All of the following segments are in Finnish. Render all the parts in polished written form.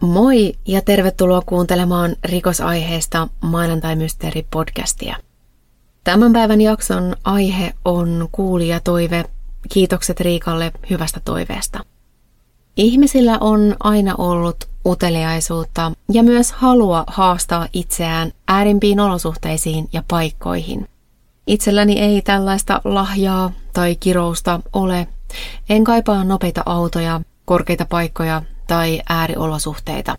Moi ja tervetuloa kuuntelemaan rikosaiheesta Maanantai-mysteeri-podcastia. Tämän päivän jakson aihe on kuulijatoive. Kiitokset Riikalle hyvästä toiveesta. Ihmisillä on aina ollut uteliaisuutta ja myös halua haastaa itseään äärimpiin olosuhteisiin ja paikkoihin. Itselläni ei tällaista lahjaa tai kirousta ole. En kaipaa nopeita autoja, korkeita paikkoja tai ääriolosuhteita.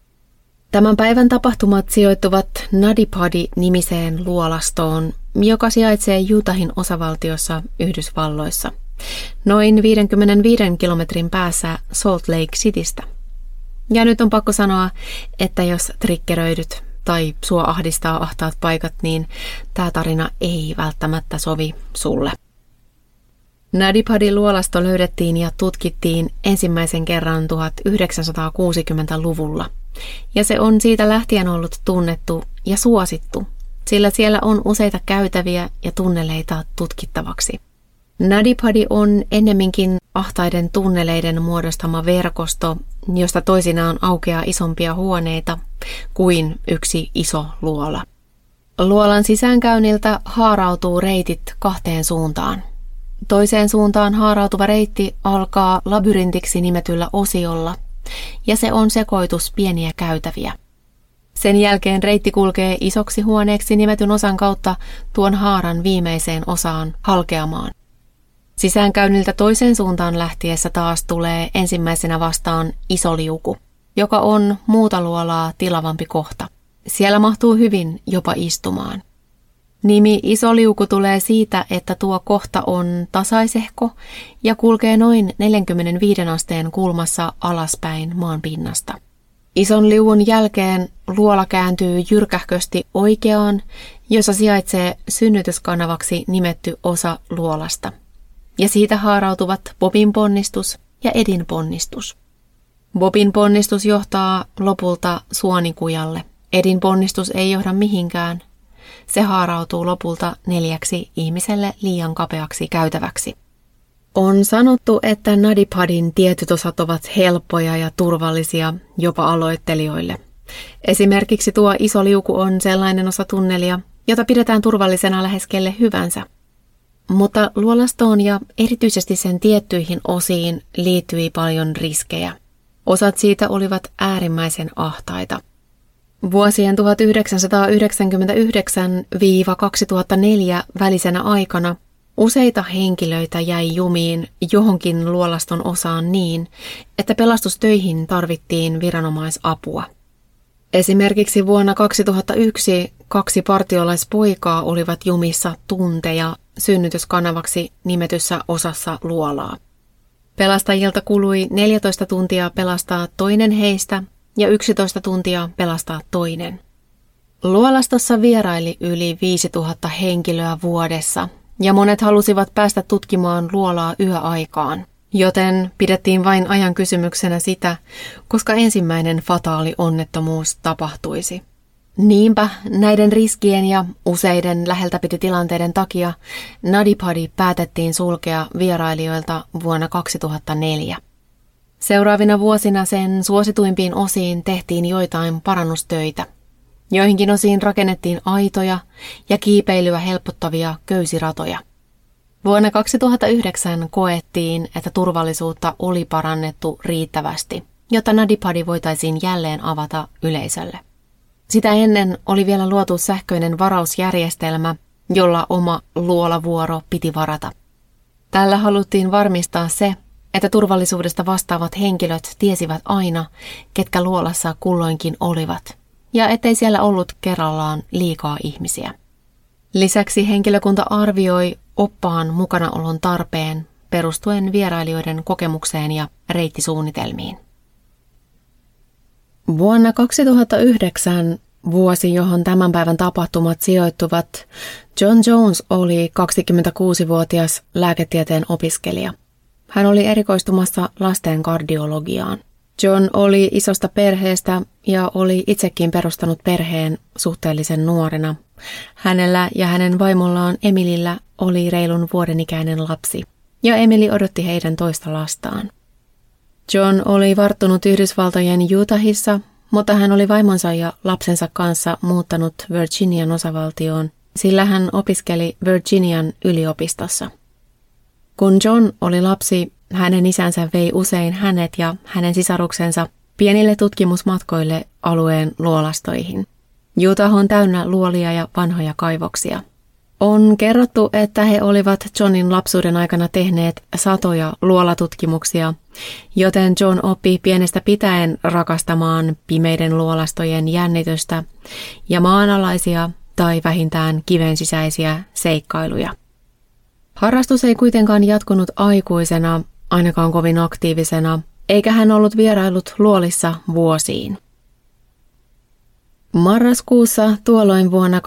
Tämän päivän tapahtumat sijoittuvat Nuddy Paddy-nimiseen luolastoon, joka sijaitsee Utahin osavaltiossa Yhdysvalloissa, noin 55 kilometrin päässä Salt Lake Citystä. Ja nyt on pakko sanoa, että jos triggeröidyt tai sua ahdistaa ahtaat paikat, niin tämä tarina ei välttämättä sovi sulle. Nuddy Paddy-luolasto löydettiin ja tutkittiin ensimmäisen kerran 1960-luvulla, ja se on siitä lähtien ollut tunnettu ja suosittu, sillä siellä on useita käytäviä ja tunneleita tutkittavaksi. Nuddy Paddy on ennemminkin ahtaiden tunneleiden muodostama verkosto, josta toisinaan aukeaa isompia huoneita kuin yksi iso luola. Luolan sisäänkäynniltä haarautuu reitit kahteen suuntaan. Toiseen suuntaan haarautuva reitti alkaa labyrintiksi nimetyllä osiolla, ja se on sekoitus pieniä käytäviä. Sen jälkeen reitti kulkee isoksi huoneeksi nimetyn osan kautta tuon haaran viimeiseen osaan halkeamaan. Sisäänkäynniltä toiseen suuntaan lähtiessä taas tulee ensimmäisenä vastaan iso liuku, joka on muuta luolaa tilavampi kohta. Siellä mahtuu hyvin jopa istumaan. Nimi Iso liuku tulee siitä, että tuo kohta on tasaisehko ja kulkee noin 45 asteen kulmassa alaspäin maan pinnasta. Ison liuun jälkeen luola kääntyy jyrkähkösti oikeaan, jossa sijaitsee synnytyskanavaksi nimetty osa luolasta. Ja siitä haarautuvat Bobin ponnistus ja Edin ponnistus. Bobin ponnistus johtaa lopulta suonikujalle. Edin ponnistus ei johda mihinkään. Se haarautuu lopulta 4 ihmiselle liian kapeaksi käytäväksi. On sanottu, että Nuddy Paddyn tietyt osat ovat helppoja ja turvallisia jopa aloittelijoille. Esimerkiksi tuo iso liuku on sellainen osa tunnelia, jota pidetään turvallisena lähes kelle hyvänsä. Mutta luolastoon ja erityisesti sen tiettyihin osiin liittyi paljon riskejä. Osat siitä olivat äärimmäisen ahtaita. Vuosien 1999–2004 välisenä aikana useita henkilöitä jäi jumiin johonkin luolaston osaan niin, että pelastustöihin tarvittiin viranomaisapua. Esimerkiksi vuonna 2001 2 partiolaispoikaa olivat jumissa tunteja synnytyskanavaksi nimetyssä osassa luolaa. Pelastajilta kului 14 tuntia pelastaa toinen heistä ja 11 tuntia pelastaa toinen. Luolastossa vieraili yli 5000 henkilöä vuodessa, ja monet halusivat päästä tutkimaan luolaa yöaikaan, joten pidettiin vain ajan kysymyksenä sitä, koska ensimmäinen fataali onnettomuus tapahtuisi. Niinpä näiden riskien ja useiden läheltä piti tilanteiden takia Nuddy Paddy päätettiin sulkea vierailijoilta vuonna 2004. Seuraavina vuosina sen suosituimpiin osiin tehtiin joitain parannustöitä. Joihinkin osiin rakennettiin aitoja ja kiipeilyä helpottavia köysiratoja. Vuonna 2009 koettiin, että turvallisuutta oli parannettu riittävästi, jotta Nuddy Paddy voitaisiin jälleen avata yleisölle. Sitä ennen oli vielä luotu sähköinen varausjärjestelmä, jolla oma luolavuoro piti varata. Tällä haluttiin varmistaa se, että turvallisuudesta vastaavat henkilöt tiesivät aina, ketkä luolassa kulloinkin olivat, ja ettei siellä ollut kerrallaan liikaa ihmisiä. Lisäksi henkilökunta arvioi oppaan mukanaolon tarpeen perustuen vierailijoiden kokemukseen ja reittisuunnitelmiin. Vuonna 2009, vuosi johon tämän päivän tapahtumat sijoittuvat, John Jones oli 26-vuotias lääketieteen opiskelija. Hän oli erikoistumassa lasten kardiologiaan. John oli isosta perheestä ja oli itsekin perustanut perheen suhteellisen nuorena. Hänellä ja hänen vaimollaan Emilillä oli reilun vuodenikäinen lapsi, ja Emily odotti heidän toista lastaan. John oli varttunut Yhdysvaltojen Utahissa, mutta hän oli vaimonsa ja lapsensa kanssa muuttanut Virginian osavaltioon, sillä hän opiskeli Virginian yliopistossa. Kun John oli lapsi, hänen isänsä vei usein hänet ja hänen sisaruksensa pienille tutkimusmatkoille alueen luolastoihin. Utah on täynnä luolia ja vanhoja kaivoksia. On kerrottu, että he olivat Johnin lapsuuden aikana tehneet satoja luolatutkimuksia, joten John oppi pienestä pitäen rakastamaan pimeiden luolastojen jännitystä ja maanalaisia tai vähintään kiven sisäisiä seikkailuja. Harrastus ei kuitenkaan jatkunut aikuisena, ainakaan kovin aktiivisena, eikä hän ollut vierailut luolissa vuosiin. Marraskuussa tuolloin vuonna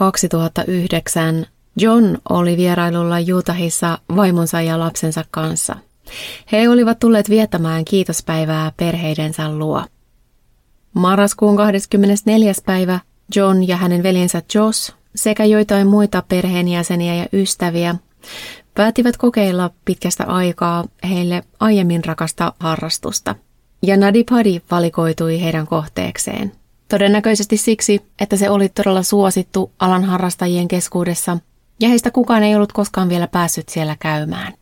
2009 John oli vierailulla Utahissa vaimonsa ja lapsensa kanssa. He olivat tulleet viettämään kiitospäivää perheidensä luo. Marraskuun 24. päivä John ja hänen veljensä Josh sekä joitain muita perheenjäseniä ja ystäviä päättivät kokeilla pitkästä aikaa heille aiemmin rakasta harrastusta. Ja Nadi Padi valikoitui heidän kohteekseen. Todennäköisesti siksi, että se oli todella suosittu alan harrastajien keskuudessa ja heistä kukaan ei ollut koskaan vielä päässyt siellä käymään.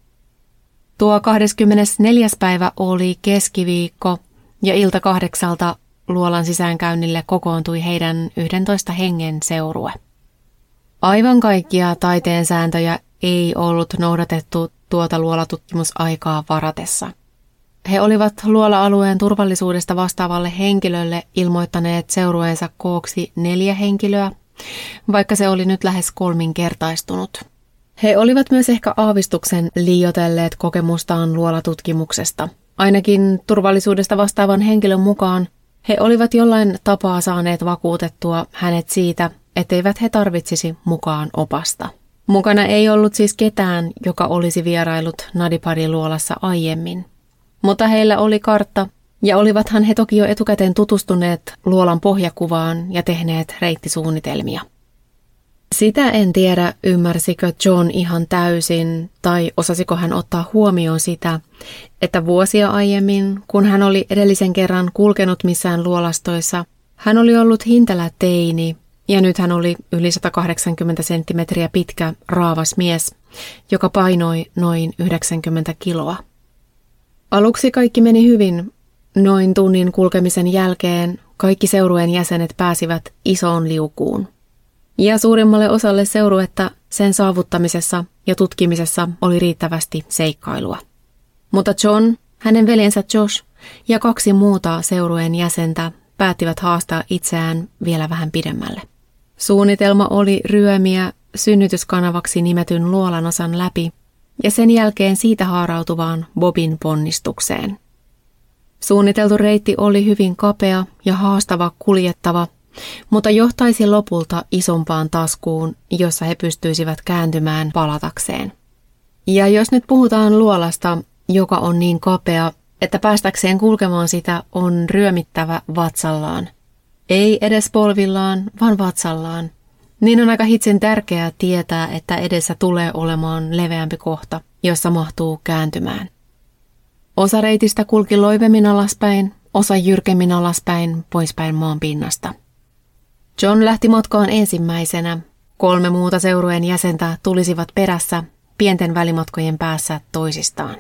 Tuo 24. päivä oli keskiviikko ja ilta 8 luolan sisäänkäynnille kokoontui heidän 11 hengen seurue. Aivan kaikkia taiteen sääntöjä ei ollut noudatettu tuota luolatutkimusaikaa varatessa. He olivat luola-alueen turvallisuudesta vastaavalle henkilölle ilmoittaneet seurueensa kooksi 4 henkilöä, vaikka se oli nyt lähes 3-kertaistunut. He olivat myös ehkä aavistuksen liioitelleet kokemustaan luolatutkimuksesta. Ainakin turvallisuudesta vastaavan henkilön mukaan he olivat jollain tapaa saaneet vakuutettua hänet siitä, etteivät he tarvitsisi mukaan opasta. Mukana ei ollut siis ketään, joka olisi vierailut Nadi Padin luolassa aiemmin. Mutta heillä oli kartta, ja olivathan he toki jo etukäteen tutustuneet luolan pohjakuvaan ja tehneet reittisuunnitelmia. Sitä en tiedä, ymmärsikö John ihan täysin, tai osasiko hän ottaa huomioon sitä, että vuosia aiemmin, kun hän oli edellisen kerran kulkenut missään luolastoissa, hän oli ollut hintelä teini, ja nyt hän oli yli 180 senttimetriä pitkä, raavas mies, joka painoi noin 90 kiloa. Aluksi kaikki meni hyvin. Noin tunnin kulkemisen jälkeen kaikki seurueen jäsenet pääsivät isoon liukuun. Ja suurimmalle osalle seuruetta sen saavuttamisessa ja tutkimisessa oli riittävästi seikkailua. Mutta John, hänen veljensä Josh ja 2 muuta seurueen jäsentä päättivät haastaa itseään vielä vähän pidemmälle. Suunnitelma oli ryömiä synnytyskanavaksi nimetyn luolan osan läpi ja sen jälkeen siitä haarautuvaan Bobin ponnistukseen. Suunniteltu reitti oli hyvin kapea ja haastava kuljettava, mutta johtaisi lopulta isompaan taskuun, jossa he pystyisivät kääntymään palatakseen. Ja jos nyt puhutaan luolasta, joka on niin kapea, että päästäkseen kulkemaan sitä on ryömittävä vatsallaan. Ei edes polvillaan, vaan vatsallaan. Niin on aika hitsin tärkeää tietää, että edessä tulee olemaan leveämpi kohta, jossa mahtuu kääntymään. Osa reitistä kulki loivemmin alaspäin, osa jyrkemmin alaspäin, poispäin maan pinnasta. John lähti matkaan ensimmäisenä. 3 muuta seurueen jäsentä tulisivat perässä, pienten välimatkojen päässä toisistaan.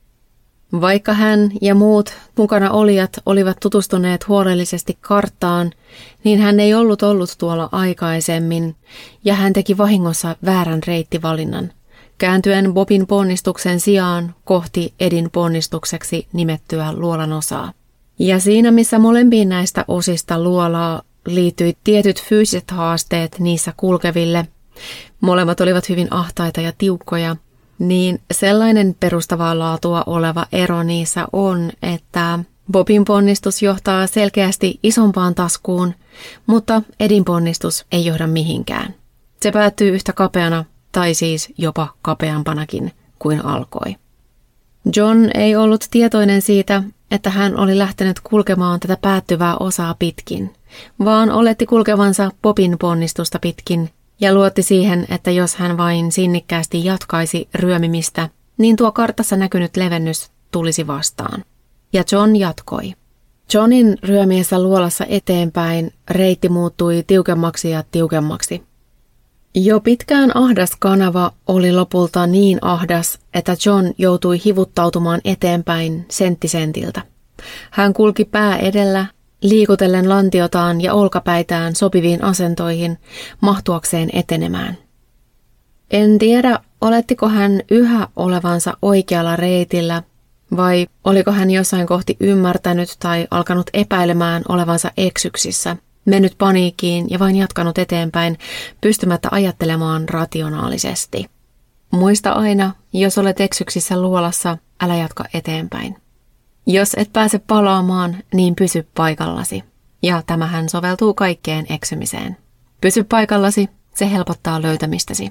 Vaikka hän ja muut mukana olijat olivat tutustuneet huolellisesti karttaan, niin hän ei ollut tuolla aikaisemmin, ja hän teki vahingossa väärän reittivalinnan, kääntyen Bobin ponnistuksen sijaan kohti Edin ponnistukseksi nimettyä luolan osaa. Ja siinä, missä molempiin näistä osista luolaa liittyi tietyt fyysiset haasteet niissä kulkeville, molemmat olivat hyvin ahtaita ja tiukkoja, niin sellainen perustavaa laatua oleva ero niissä on, että Bobin ponnistus johtaa selkeästi isompaan taskuun, mutta Edin ponnistus ei johda mihinkään. Se päättyy yhtä kapeana tai siis jopa kapeampanakin kuin alkoi. John ei ollut tietoinen siitä, että hän oli lähtenyt kulkemaan tätä päättyvää osaa pitkin, vaan oletti kulkevansa Bobin ponnistusta pitkin ja luotti siihen, että jos hän vain sinnikkäästi jatkaisi ryömimistä, niin tuo kartassa näkynyt levennys tulisi vastaan. ja John jatkoi. Johnin ryömiessä luolassa eteenpäin reitti muuttui tiukemmaksi ja tiukemmaksi. Jo pitkään ahdas kanava oli lopulta niin ahdas, että John joutui hivuttautumaan eteenpäin sentti sentiltä. Hän kulki pää edellä, liikutellen lantiotaan ja olkapäitään sopiviin asentoihin mahtuakseen etenemään. En tiedä, olettiko hän yhä olevansa oikealla reitillä vai oliko hän jossain kohti ymmärtänyt tai alkanut epäilemään olevansa eksyksissä, mennyt paniikkiin ja vain jatkanut eteenpäin, pystymättä ajattelemaan rationaalisesti. Muista aina, jos olet eksyksissä luolassa, älä jatka eteenpäin. Jos et pääse palaamaan, niin pysy paikallasi. Ja tämähän soveltuu kaikkeen eksymiseen. Pysy paikallasi, se helpottaa löytämistäsi.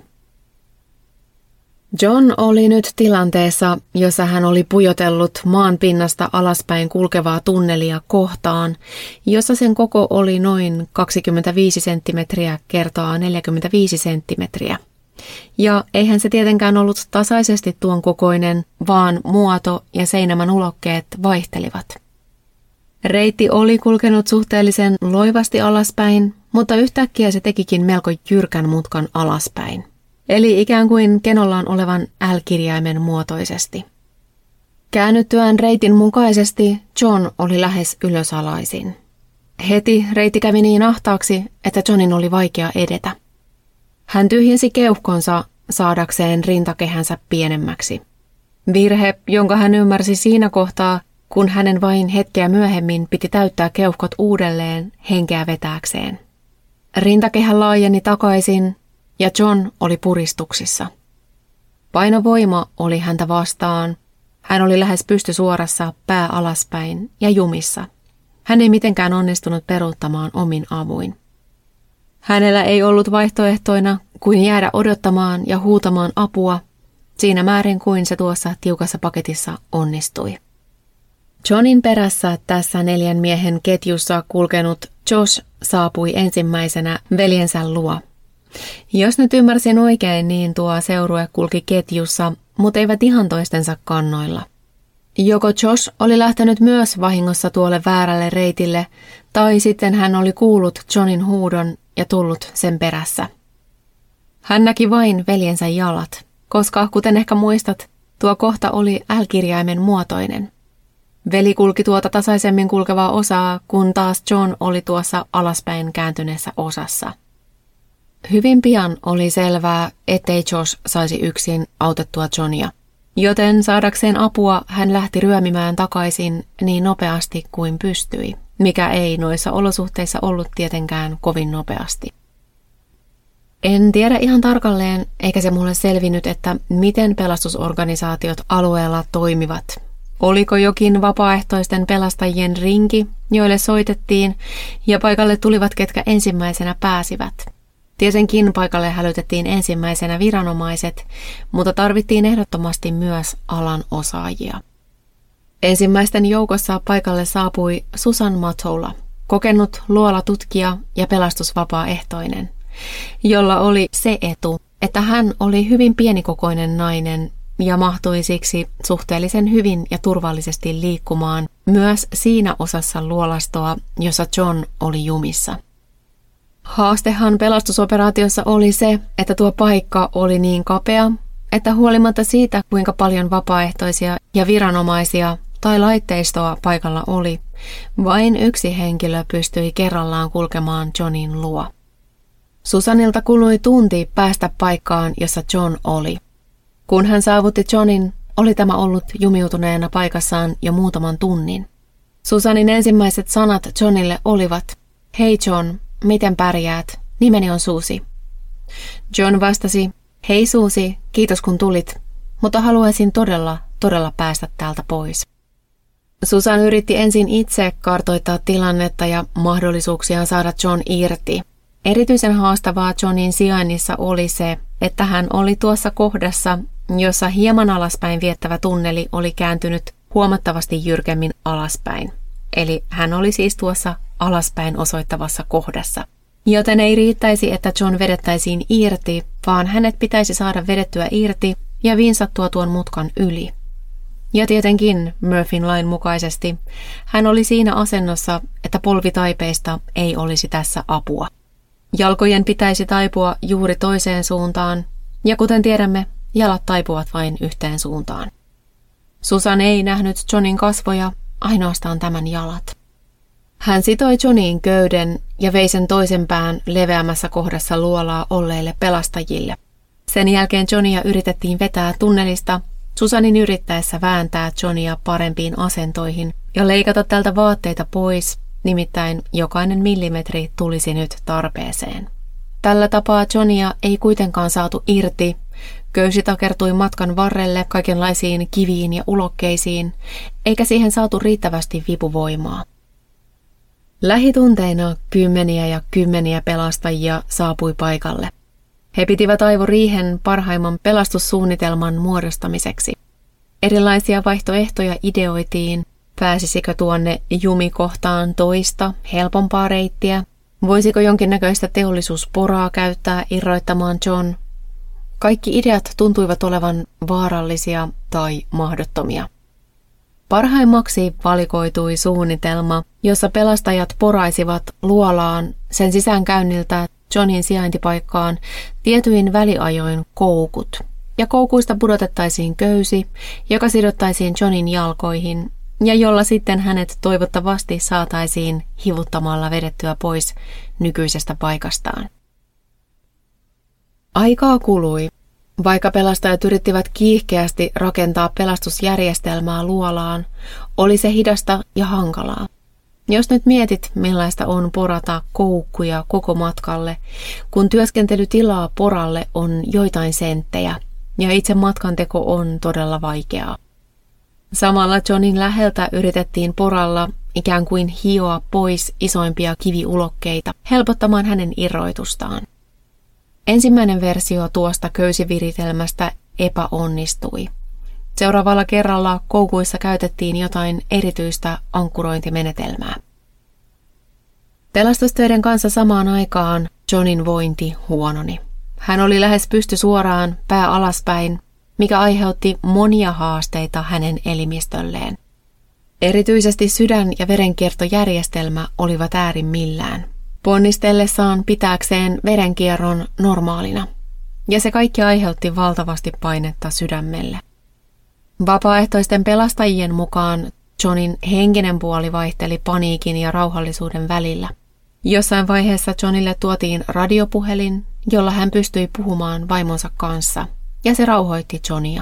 John oli nyt tilanteessa, jossa hän oli pujotellut maan pinnasta alaspäin kulkevaa tunnelia kohtaan, jossa sen koko oli noin 25 senttimetriä kertaa 45 senttimetriä. Ja eihän se tietenkään ollut tasaisesti tuon kokoinen, vaan muoto ja seinämän ulokkeet vaihtelivat. Reitti oli kulkenut suhteellisen loivasti alaspäin, mutta yhtäkkiä se tekikin melko jyrkän mutkan alaspäin. Eli ikään kuin kenollaan olevan L-kirjaimen muotoisesti. Käännyttyään reitin mukaisesti John oli lähes ylösalaisin. Heti reitti kävi niin ahtaaksi, että Johnin oli vaikea edetä. Hän tyhjensi keuhkonsa saadakseen rintakehänsä pienemmäksi. Virhe, jonka hän ymmärsi siinä kohtaa, kun hänen vain hetkeä myöhemmin piti täyttää keuhkot uudelleen henkeä vetääkseen. Rintakehä laajeni takaisin ja John oli puristuksissa. Painovoima oli häntä vastaan. Hän oli lähes pystysuorassa, pää alaspäin ja jumissa. Hän ei mitenkään onnistunut peruuttamaan omin avuin. Hänellä ei ollut vaihtoehtoina kuin jäädä odottamaan ja huutamaan apua siinä määrin kuin se tuossa tiukassa paketissa onnistui. Johnin perässä tässä 4 miehen ketjussa kulkenut Josh saapui ensimmäisenä veljensä luo. Jos nyt ymmärsin oikein, niin tuo seurue kulki ketjussa, mutta eivät ihan toistensa kannoilla. Joko Josh oli lähtenyt myös vahingossa tuolle väärälle reitille, tai sitten hän oli kuullut Johnin huudon ja tullut sen perässä. Hän näki vain veljensä jalat, koska kuten ehkä muistat, tuo kohta oli L-kirjaimen muotoinen. Veli kulki tuota tasaisemmin kulkevaa osaa, kun taas John oli tuossa alaspäin kääntyneessä osassa. Hyvin pian oli selvää, ettei Josh saisi yksin autettua Johnia, joten saadakseen apua hän lähti ryömimään takaisin niin nopeasti kuin pystyi, mikä ei noissa olosuhteissa ollut tietenkään kovin nopeasti. En tiedä ihan tarkalleen, eikä se mulle selvinnyt, että miten pelastusorganisaatiot alueella toimivat. Oliko jokin vapaaehtoisten pelastajien rinki, joille soitettiin, ja paikalle tulivat ketkä ensimmäisenä pääsivät. Tietenkin paikalle hälytettiin ensimmäisenä viranomaiset, mutta tarvittiin ehdottomasti myös alan osaajia. Ensimmäisten joukossa paikalle saapui Susan Matola, kokenut luolatutkija ja pelastusvapaaehtoinen, jolla oli se etu, että hän oli hyvin pienikokoinen nainen ja mahtui siksi suhteellisen hyvin ja turvallisesti liikkumaan myös siinä osassa luolastoa, jossa John oli jumissa. Haastehan pelastusoperaatiossa oli se, että tuo paikka oli niin kapea, että huolimatta siitä, kuinka paljon vapaaehtoisia ja viranomaisia tai laitteistoa paikalla oli, vain yksi henkilö pystyi kerrallaan kulkemaan Johnin luo. Susanilta kului tunti päästä paikkaan, jossa John oli. Kun hän saavutti Johnin, oli tämä ollut jumiutuneena paikassaan jo muutaman tunnin. Susanin ensimmäiset sanat Johnille olivat, "Hei John, miten pärjäät? Nimeni on Susi." John vastasi, "Hei Susi, kiitos kun tulit, mutta haluaisin todella päästä täältä pois." Susan yritti ensin itse kartoittaa tilannetta ja mahdollisuuksiaan saada John irti. Erityisen haastavaa Johnin sijainnissa oli se, että hän oli tuossa kohdassa, jossa hieman alaspäin viettävä tunneli oli kääntynyt huomattavasti jyrkemmin alaspäin. Eli hän oli siis tuossa alaspäin osoittavassa kohdassa. Joten ei riittäisi, että John vedettäisiin irti, vaan hänet pitäisi saada vedettyä irti ja vinsattua tuon mutkan yli. Ja tietenkin Murphyn lain mukaisesti hän oli siinä asennossa, että polvitaipeista ei olisi tässä apua. Jalkojen pitäisi taipua juuri toiseen suuntaan, ja kuten tiedämme, jalat taipuvat vain yhteen suuntaan. Susan ei nähnyt Johnin kasvoja, ainoastaan tämän jalat. Hän sitoi Johniin köyden ja vei sen toisen pään leveämmässä kohdassa luolaa olleille pelastajille. Sen jälkeen Johnia yritettiin vetää tunnelista, Susanin yrittäessä vääntää Johnia parempiin asentoihin ja leikata tältä vaatteita pois, nimittäin jokainen millimetri tulisi nyt tarpeeseen. Tällä tapaa Johnia ei kuitenkaan saatu irti. Köysi takertui matkan varrelle kaikenlaisiin kiviin ja ulokkeisiin, eikä siihen saatu riittävästi vipuvoimaa. Lähitunteina kymmeniä ja kymmeniä pelastajia saapui paikalle. He pitivät aivoriihen parhaimman pelastussuunnitelman muodostamiseksi. Erilaisia vaihtoehtoja ideoitiin, pääsisikö tuonne jumikohtaan toista, helpompaa reittiä, voisiko jonkinnäköistä teollisuusporaa käyttää irroittamaan John. Kaikki ideat tuntuivat olevan vaarallisia tai mahdottomia. Parhaimmaksi valikoitui suunnitelma, jossa pelastajat poraisivat luolaan sen sisäänkäynniltä Johnin sijaintipaikkaan tietyin väliajoin koukut, ja koukuista pudotettaisiin köysi, joka sidottaisiin Johnin jalkoihin, ja jolla sitten hänet toivottavasti saataisiin hivuttamalla vedettyä pois nykyisestä paikastaan. Aikaa kului. Vaikka pelastajat yrittivät kiihkeästi rakentaa pelastusjärjestelmää luolaan, oli se hidasta ja hankalaa. Jos nyt mietit, millaista on porata koukkuja koko matkalle, kun työskentelytilaa poralle on joitain senttejä ja itse matkanteko on todella vaikeaa. Samalla Johnin läheltä yritettiin poralla ikään kuin hioa pois isoimpia kiviulokkeita helpottamaan hänen irroitustaan. Ensimmäinen versio tuosta köysiviritelmästä epäonnistui. Seuraavalla kerralla koukuissa käytettiin jotain erityistä ankkurointimenetelmää. Pelastustöiden kanssa samaan aikaan Johnin vointi huononi. Hän oli lähes pystysuoraan, pää alaspäin, mikä aiheutti monia haasteita hänen elimistölleen. Erityisesti sydän- ja verenkiertojärjestelmä olivat äärimmillään, ponnistellessaan pitääkseen verenkierron normaalina, ja se kaikki aiheutti valtavasti painetta sydämelle. Vapaaehtoisten pelastajien mukaan Johnin henkinen puoli vaihteli paniikin ja rauhallisuuden välillä. Jossain vaiheessa Johnille tuotiin radiopuhelin, jolla hän pystyi puhumaan vaimonsa kanssa, ja se rauhoitti Johnia.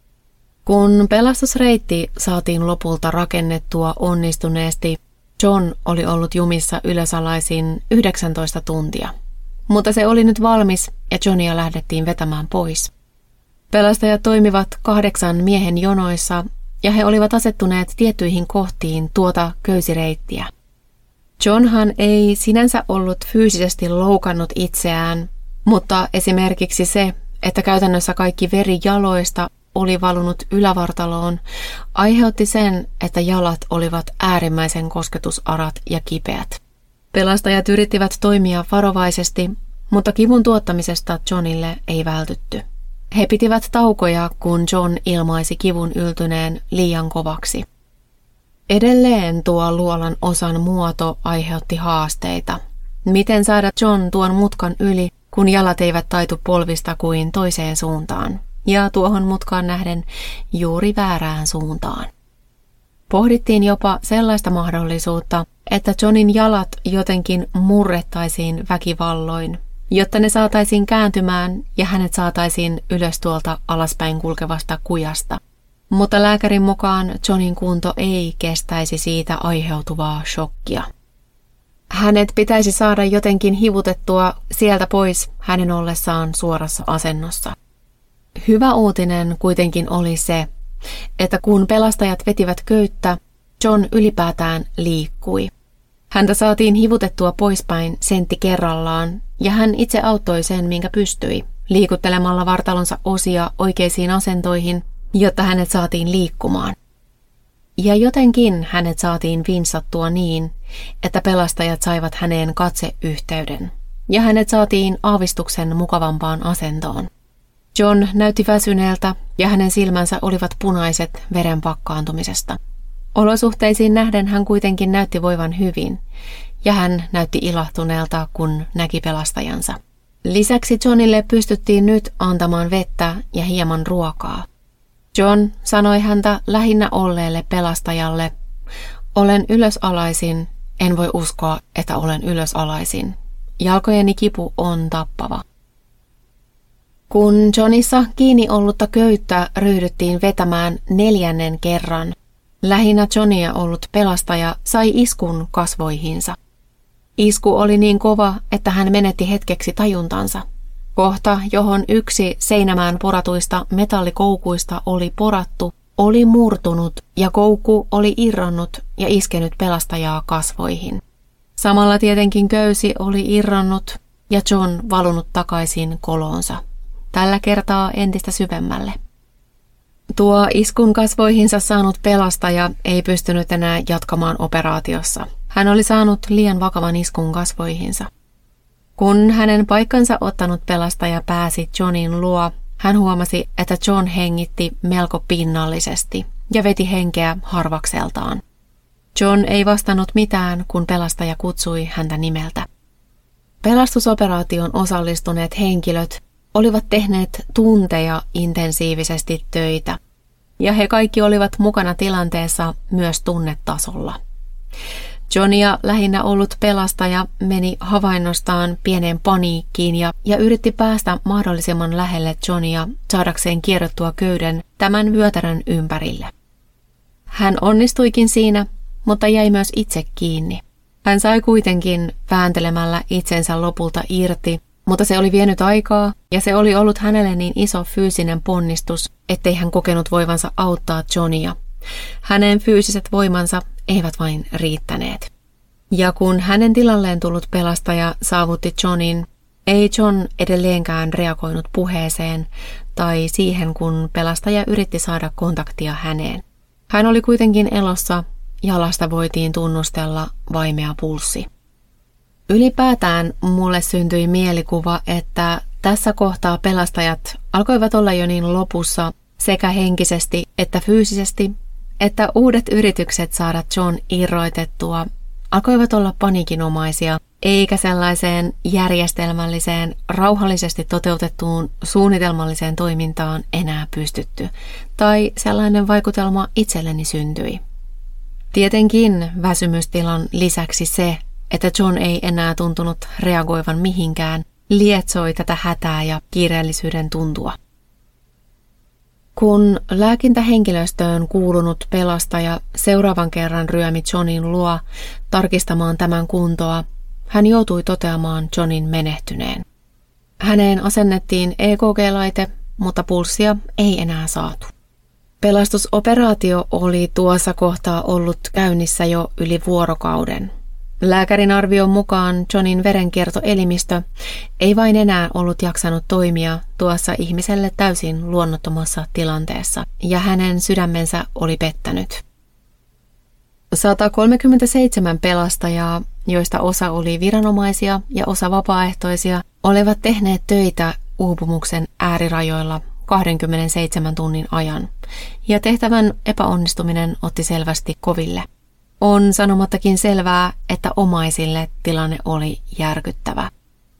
Kun pelastusreitti saatiin lopulta rakennettua onnistuneesti, John oli ollut jumissa ylösalaisin 19 tuntia. Mutta se oli nyt valmis ja Johnia lähdettiin vetämään pois. Pelastajat toimivat 8 miehen jonoissa ja he olivat asettuneet tiettyihin kohtiin tuota köysireittiä. Johnhan ei sinänsä ollut fyysisesti loukannut itseään, mutta esimerkiksi se, että käytännössä kaikki veri jaloista oli valunut ylävartaloon, aiheutti sen, että jalat olivat äärimmäisen kosketusarat ja kipeät. Pelastajat yrittivät toimia varovaisesti, mutta kivun tuottamisesta Johnille ei vältytty. He pitivät taukoja, kun John ilmaisi kivun yltyneen liian kovaksi. Edelleen tuo luolan osan muoto aiheutti haasteita. Miten saada John tuon mutkan yli, kun jalat eivät taitu polvista kuin toiseen suuntaan, ja tuohon mutkaan nähden juuri väärään suuntaan. Pohdittiin jopa sellaista mahdollisuutta, että Johnin jalat jotenkin murrettaisiin väkivalloin, jotta ne saataisiin kääntymään ja hänet saataisiin ylös tuolta alaspäin kulkevasta kujasta. Mutta lääkärin mukaan Johnin kunto ei kestäisi siitä aiheutuvaa shokkia. Hänet pitäisi saada jotenkin hivutettua sieltä pois hänen ollessaan suorassa asennossa. Hyvä uutinen kuitenkin oli se, että kun pelastajat vetivät köyttä, John ylipäätään liikkui. Häntä saatiin hivutettua poispäin sentti kerrallaan, ja hän itse auttoi sen, minkä pystyi, liikuttelemalla vartalonsa osia oikeisiin asentoihin, jotta hänet saatiin liikkumaan. Ja jotenkin hänet saatiin vinsattua niin, että pelastajat saivat häneen katseyhteyden, ja hänet saatiin aavistuksen mukavampaan asentoon. John näytti väsyneeltä ja hänen silmänsä olivat punaiset veren pakkaantumisesta. Olosuhteisiin nähden hän kuitenkin näytti voivan hyvin, ja hän näytti ilahtuneelta, kun näki pelastajansa. Lisäksi Johnille pystyttiin nyt antamaan vettä ja hieman ruokaa. John sanoi häntä lähinnä olleelle pelastajalle, "Olen ylösalaisin, en voi uskoa, että olen ylösalaisin. Jalkojeni kipu on tappava." Kun Johnissa kiinni ollutta köyttä ryhdyttiin vetämään 4. kerran, lähinnä Johnia ollut pelastaja sai iskun kasvoihinsa. Isku oli niin kova, että hän menetti hetkeksi tajuntansa. Kohta, johon yksi seinämään poratuista metallikoukuista oli porattu, oli murtunut ja koukku oli irronnut ja iskenyt pelastajaa kasvoihin. Samalla tietenkin köysi oli irronnut ja John valunut takaisin koloonsa. Tällä kertaa entistä syvemmälle. Tuo iskun kasvoihinsa saanut pelastaja ei pystynyt enää jatkamaan operaatiossa. Hän oli saanut liian vakavan iskun kasvoihinsa. Kun hänen paikkansa ottanut pelastaja pääsi Johnin luo, hän huomasi, että John hengitti melko pinnallisesti ja veti henkeä harvakseltaan. John ei vastannut mitään, kun pelastaja kutsui häntä nimeltä. Pelastusoperaation osallistuneet henkilöt olivat tehneet tunteja intensiivisesti töitä, ja he kaikki olivat mukana tilanteessa myös tunnetasolla. Johnia lähinnä ollut pelastaja meni havainnostaan pieneen paniikkiin ja yritti päästä mahdollisimman lähelle Johnia saadakseen kierrottua köyden tämän vyötärön ympärille. Hän onnistuikin siinä, mutta jäi myös itse kiinni. Hän sai kuitenkin vääntelemällä itsensä lopulta irti, mutta se oli vienyt aikaa ja se oli ollut hänelle niin iso fyysinen ponnistus, ettei hän kokenut voivansa auttaa Johnia. Hänen fyysiset voimansa eivät vain riittäneet. Ja kun hänen tilalleen tullut pelastaja saavutti Johnin, ei John edelleenkään reagoinut puheeseen tai siihen, kun pelastaja yritti saada kontaktia häneen. Hän oli kuitenkin elossa, jalasta voitiin tunnustella vaimea pulssi. Ylipäätään mulle syntyi mielikuva, että tässä kohtaa pelastajat alkoivat olla jo niin lopussa sekä henkisesti että fyysisesti, että uudet yritykset saada John irroitettua alkoivat olla paniikinomaisia, eikä sellaiseen järjestelmälliseen, rauhallisesti toteutettuun suunnitelmalliseen toimintaan enää pystytty, tai sellainen vaikutelma itselleni syntyi. Tietenkin väsymystilan lisäksi se, että John ei enää tuntunut reagoivan mihinkään, lietsoi tätä hätää ja kiireellisyyden tuntua. Kun lääkintähenkilöstöön kuulunut pelastaja seuraavan kerran ryömi Johnin luo tarkistamaan tämän kuntoa, hän joutui toteamaan Johnin menehtyneen. Häneen asennettiin EKG-laite, mutta pulssia ei enää saatu. Pelastusoperaatio oli tuossa kohtaa ollut käynnissä jo yli vuorokauden. Lääkärin arvion mukaan Johnin verenkiertoelimistö ei vain enää ollut jaksanut toimia tuossa ihmiselle täysin luonnottomassa tilanteessa, ja hänen sydämensä oli pettänyt. 137 pelastajaa, joista osa oli viranomaisia ja osa vapaaehtoisia, olivat tehneet töitä uupumuksen äärirajoilla 27 tunnin ajan, ja tehtävän epäonnistuminen otti selvästi koville. On sanomattakin selvää, että omaisille tilanne oli järkyttävä.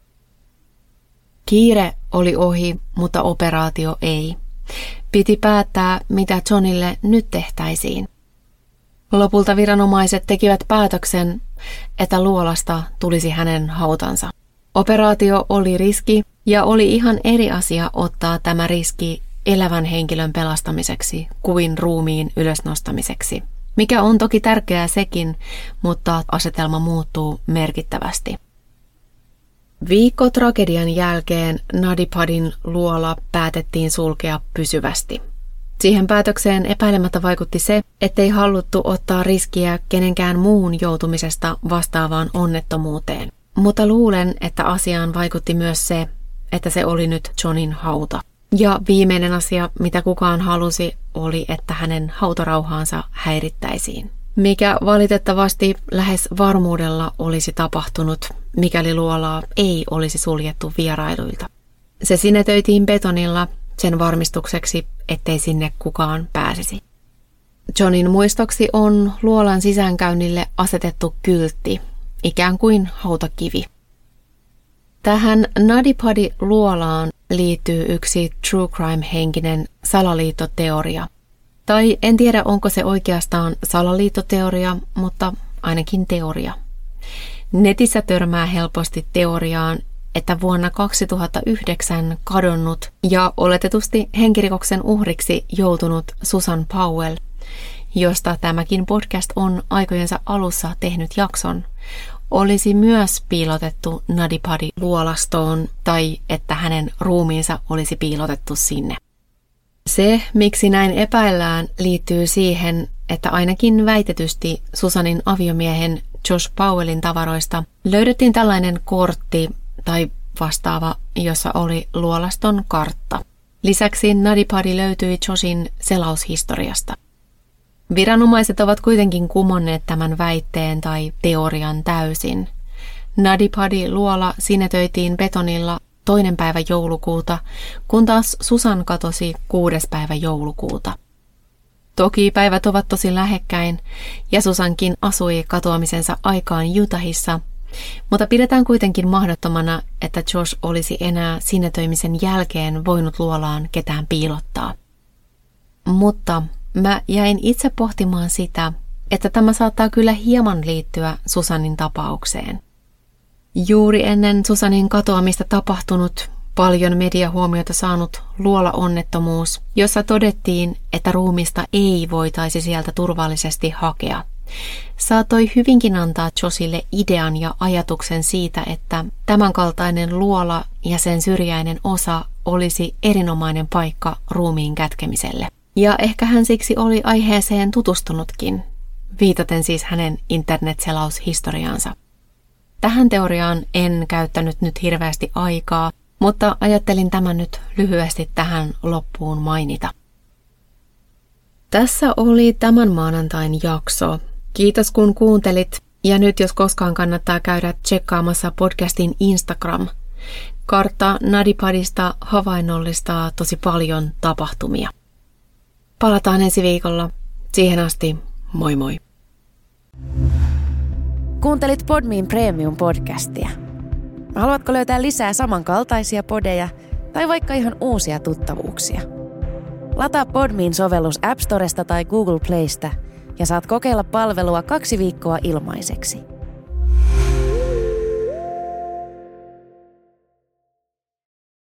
Kiire oli ohi, mutta operaatio ei. Piti päättää, mitä Johnille nyt tehtäisiin. Lopulta viranomaiset tekivät päätöksen, että luolasta tulisi hänen hautansa. Operaatio oli riski ja oli ihan eri asia ottaa tämä riski elävän henkilön pelastamiseksi kuin ruumiin ylösnostamiseksi. Mikä on toki tärkeää sekin, mutta asetelma muuttuu merkittävästi. Viikko tragedian jälkeen Nadipadin luola päätettiin sulkea pysyvästi. Siihen päätökseen epäilemättä vaikutti se, ettei haluttu ottaa riskiä kenenkään muun joutumisesta vastaavaan onnettomuuteen. Mutta luulen, että asiaan vaikutti myös se, että se oli nyt Johnin hauta. Ja viimeinen asia, mitä kukaan halusi, oli, että hänen hautarauhaansa häirittäisiin. Mikä valitettavasti lähes varmuudella olisi tapahtunut, mikäli luolaa ei olisi suljettu vierailuilta. Se sinetöitiin betonilla, sen varmistukseksi, ettei sinne kukaan pääsisi. Johnin muistoksi on luolan sisäänkäynnille asetettu kyltti, ikään kuin hautakivi. Tähän Nadi Paddy-luolaan liittyy yksi true crime-henkinen salaliittoteoria. Tai en tiedä, onko se oikeastaan salaliittoteoria, mutta ainakin teoria. Netissä törmää helposti teoriaan, että vuonna 2009 kadonnut ja oletetusti henkirikoksen uhriksi joutunut Susan Powell, josta tämäkin podcast on aikojensa alussa tehnyt jakson, olisi myös piilotettu Nadi Paddy-luolastoon tai että hänen ruumiinsa olisi piilotettu sinne. Se, miksi näin epäillään, liittyy siihen, että ainakin väitetysti Susanin aviomiehen Josh Powellin tavaroista löydettiin tällainen kortti tai vastaava, jossa oli luolaston kartta. Lisäksi Nadi Paddy löytyi Joshin selaushistoriasta. Viranomaiset ovat kuitenkin kumonneet tämän väitteen tai teorian täysin. Nadi Paddy-luola sinetöitiin betonilla 2. päivä joulukuuta, kun taas Susan katosi 6. päivä joulukuuta. Toki päivät ovat tosi lähekkäin ja Susankin asui katoamisensa aikaan Utahissa, mutta pidetään kuitenkin mahdottomana, että Josh olisi enää sinetöimisen jälkeen voinut luolaan ketään piilottaa. Mutta mä jäin itse pohtimaan sitä, että tämä saattaa kyllä hieman liittyä Susanin tapaukseen. Juuri ennen Susanin katoamista tapahtunut, paljon mediahuomiota saanut luolaonnettomuus, jossa todettiin, että ruumista ei voitaisi sieltä turvallisesti hakea, saattoi hyvinkin antaa Joshille idean ja ajatuksen siitä, että tämänkaltainen luola ja sen syrjäinen osa olisi erinomainen paikka ruumiin kätkemiselle. Ja ehkä hän siksi oli aiheeseen tutustunutkin, viitaten siis hänen internetselaushistoriaansa. Tähän teoriaan en käyttänyt nyt hirveästi aikaa, mutta ajattelin tämän nyt lyhyesti tähän loppuun mainita. Tässä oli tämän maanantain jakso. Kiitos kun kuuntelit ja nyt jos koskaan kannattaa käydä tsekkaamassa podcastin Instagram. Kartta Nadi Paddysta havainnollistaa tosi paljon tapahtumia. Palataan ensi viikolla. Siihen asti, moi moi. Kuuntelit Podmin Premium-podcastia. Haluatko löytää lisää samankaltaisia podeja tai vaikka ihan uusia tuttavuuksia? Lataa Podmin sovellus App Storesta tai Google Playsta ja saat kokeilla palvelua 2 viikkoa ilmaiseksi.